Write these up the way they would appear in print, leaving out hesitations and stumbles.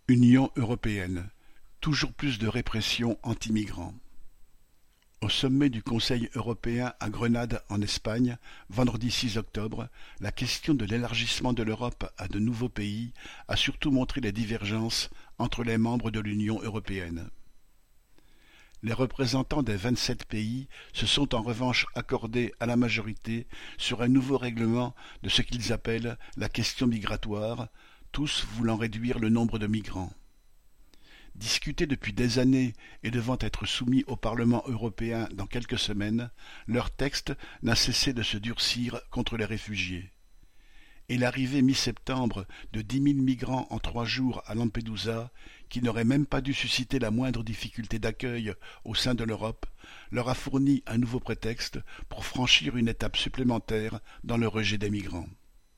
Union européenne: toujours plus de répression anti-migrants. Au sommet du Conseil européen à Grenade en Espagne, vendredi 6 octobre, la question de l'élargissement de l'Europe à de nouveaux pays a surtout montré les divergences entre les membres de l'Union européenne. Les représentants des 27 pays se sont en revanche accordés à la majorité sur un nouveau règlement de ce qu'ils appellent la question migratoire, tous voulant réduire le nombre de migrants. Discutés depuis des années et devant être soumis au Parlement européen dans quelques semaines, leur texte n'a cessé de se durcir contre les réfugiés. Et l'arrivée mi-septembre de 10 000 migrants en 3 jours à Lampedusa, qui n'auraient même pas dû susciter la moindre difficulté d'accueil au sein de l'Europe, leur a fourni un nouveau prétexte pour franchir une étape supplémentaire dans le rejet des migrants.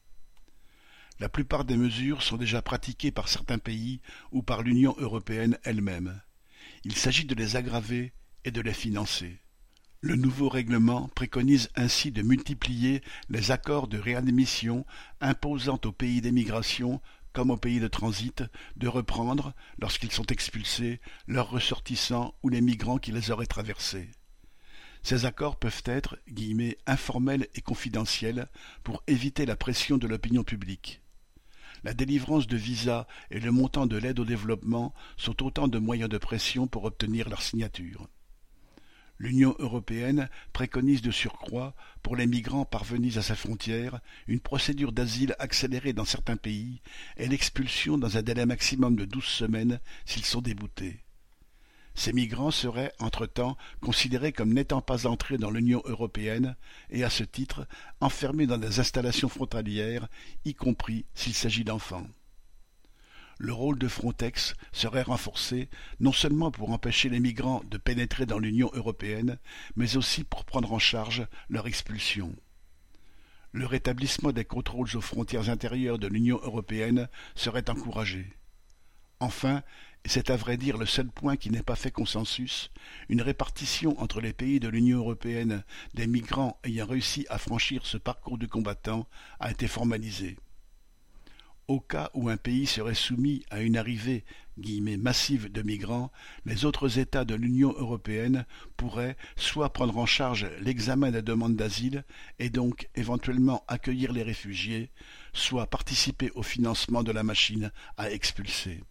La plupart des mesures sont déjà pratiquées par certains pays ou par l'Union européenne elle-même. Il s'agit de les aggraver et de les financer. Le nouveau règlement préconise ainsi de multiplier les accords de réadmission imposant aux pays d'émigration comme aux pays de transit de reprendre, lorsqu'ils sont expulsés, leurs ressortissants ou les migrants qui les auraient traversés. Ces accords peuvent être « informels et confidentiels » pour éviter la pression de l'opinion publique. La délivrance de visas et le montant de l'aide au développement sont autant de moyens de pression pour obtenir leur signature. L'Union européenne préconise de surcroît, pour les migrants parvenus à sa frontière, une procédure d'asile accélérée dans certains pays et l'expulsion dans un délai maximum de 12 semaines s'ils sont déboutés. Ces migrants seraient, entre-temps, considérés comme n'étant pas entrés dans l'Union européenne et, à ce titre, enfermés dans des installations frontalières, y compris s'il s'agit d'enfants. Le rôle de Frontex serait renforcé non seulement pour empêcher les migrants de pénétrer dans l'Union européenne, mais aussi pour prendre en charge leur expulsion. Le rétablissement des contrôles aux frontières intérieures de l'Union européenne serait encouragé. Enfin, et c'est à vrai dire le seul point qui n'ait pas fait consensus, une répartition entre les pays de l'Union européenne des migrants ayant réussi à franchir ce parcours du combattant a été formalisée. Au cas où un pays serait soumis à une arrivée « massive » de migrants, les autres États de l'Union européenne pourraient soit prendre en charge l'examen des demandes d'asile et donc éventuellement accueillir les réfugiés, soit participer au financement de la machine à expulser.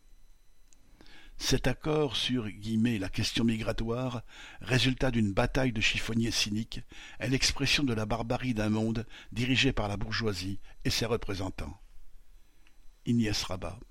Cet accord sur « la question migratoire », résultat d'une bataille de chiffonniers cyniques, est l'expression de la barbarie d'un monde dirigé par la bourgeoisie et ses représentants. Ignace Rabat.